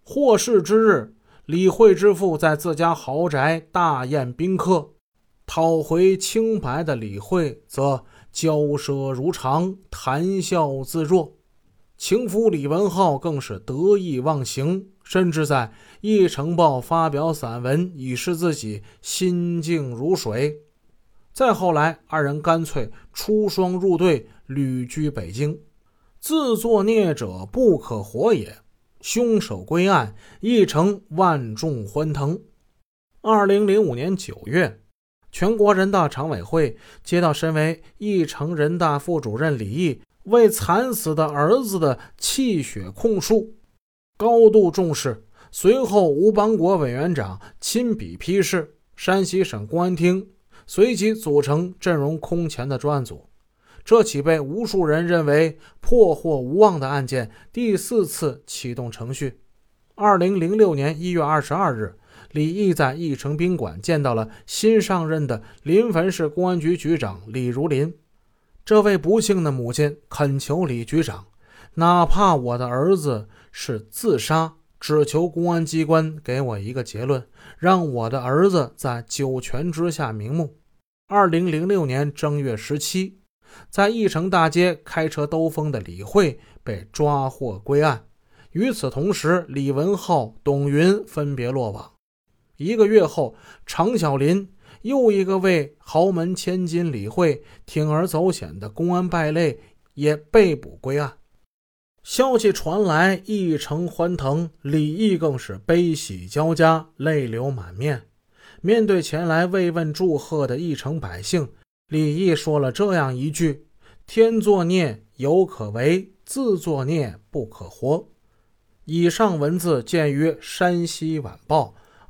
获释之日，李慧之父在自家豪宅大宴宾客，讨回清白的李慧则骄奢如常，谈笑自若。情夫李文浩更是得意忘形，甚至在《一城报》发表散文，以示自己心静如水。再后来，二人干脆出双入对，旅居北京。自作孽者不可活也，凶手归案，一城万众欢腾。2005年9月，全国人大常委会接到身为一城人大副主任李毅为惨死的儿子的泣血控诉，高度重视。随后吴邦国委员长亲笔批示，山西省公安厅随即组成阵容空前的专案组。这起被无数人认为破获无望的案件第4次启动程序。2006年1月22日，李毅在义城宾馆见到了新上任的临汾市公安局局长李如林。这位不幸的母亲恳求李局长，哪怕我的儿子是自杀，只求公安机关给我一个结论，让我的儿子在九泉之下瞑目。2006年正月17，在义城大街开车兜风的李慧被抓获归案。与此同时，李文浩、董云分别落网。1个月后，常小林，又一个为豪门千金李慧铤而走险的公安败类，也被捕归案。消息传来，一城欢腾，李毅更是悲喜交加，泪流满面。面对前来慰问祝贺的一城百姓，李毅说了这样一句：天作孽犹可为，自作孽不可活。以上文字见于山西晚报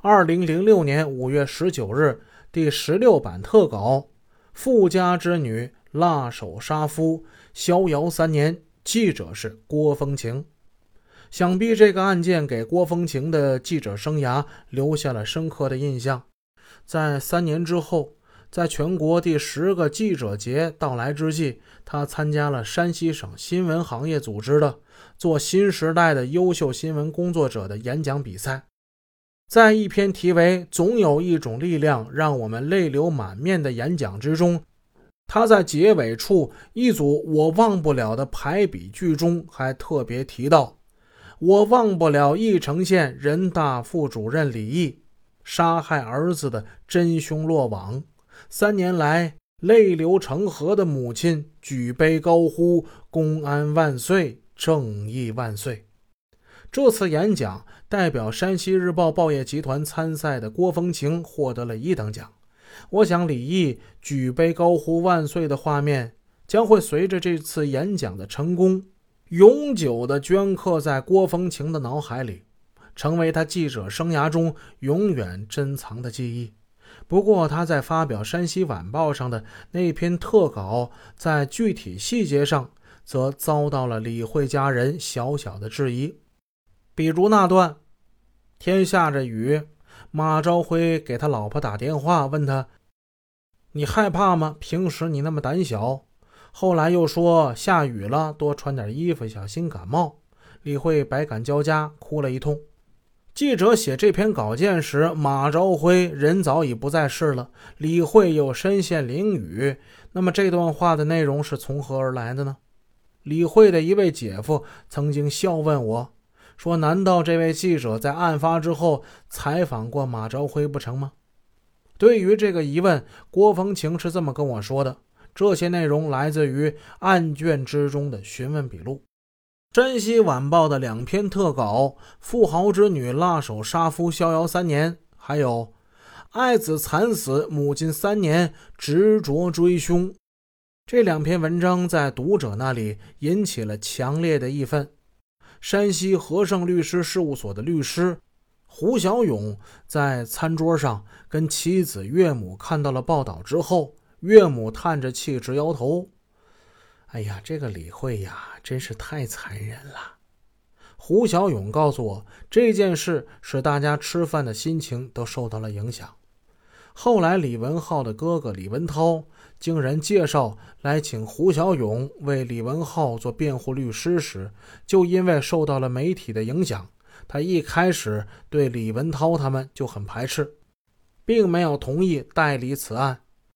2006年5月19日第16版特稿，富家之女辣手杀夫，逍遥3年，记者是郭风情。想必这个案件给郭风情的记者生涯留下了深刻的印象。在3年之后，在全国第10个记者节到来之际，他参加了山西省新闻行业组织的做新时代的优秀新闻工作者的演讲比赛。在一篇题为总有一种力量让我们泪流满面的演讲之中，他在结尾处一组我忘不了的排比句中还特别提到，我忘不了义城县人大副主任李毅杀害儿子的真凶落网，3年来泪流成河的母亲举杯高呼公安万岁，正义万岁。这次演讲代表山西日报报业集团参赛的郭风情获得了1等奖。我想李毅举杯高呼万岁的画面将会随着这次演讲的成功永久地镌刻在郭风情的脑海里，成为他记者生涯中永远珍藏的记忆。不过他在发表山西晚报上的那篇特稿，在具体细节上则遭到了李慧家人小小的质疑。比如那段天下着雨，马朝辉给他老婆打电话问他，你害怕吗？平时你那么胆小。后来又说下雨了，多穿点衣服，小心感冒。李慧百感交加，哭了一通。记者写这篇稿件时，马朝辉人早已不在世了，李慧又身陷囹圄，那么这段话的内容是从何而来的呢？李慧的一位姐夫曾经笑问我说，难道这位记者在案发之后采访过马朝辉不成吗？对于这个疑问，郭风情是这么跟我说的，这些内容来自于案卷之中的询问笔录。山西晚报的2篇特稿，富豪之女辣手杀夫逍遥3年，还有爱子惨死，母亲3年执着追凶，这2篇文章在读者那里引起了强烈的义愤。山西和盛律师事务所的律师胡小勇在餐桌上跟妻子岳母看到了报道之后，岳母叹着气直摇头，哎呀，这个李慧呀，真是太残忍了。胡小勇告诉我，这件事使大家吃饭的心情都受到了影响。后来李文浩的哥哥李文涛经人介绍来请胡小勇为李文浩做辩护律师时，就因为受到了媒体的影响， 他一开始对李文涛他们就很排斥，并没有同意代理此案。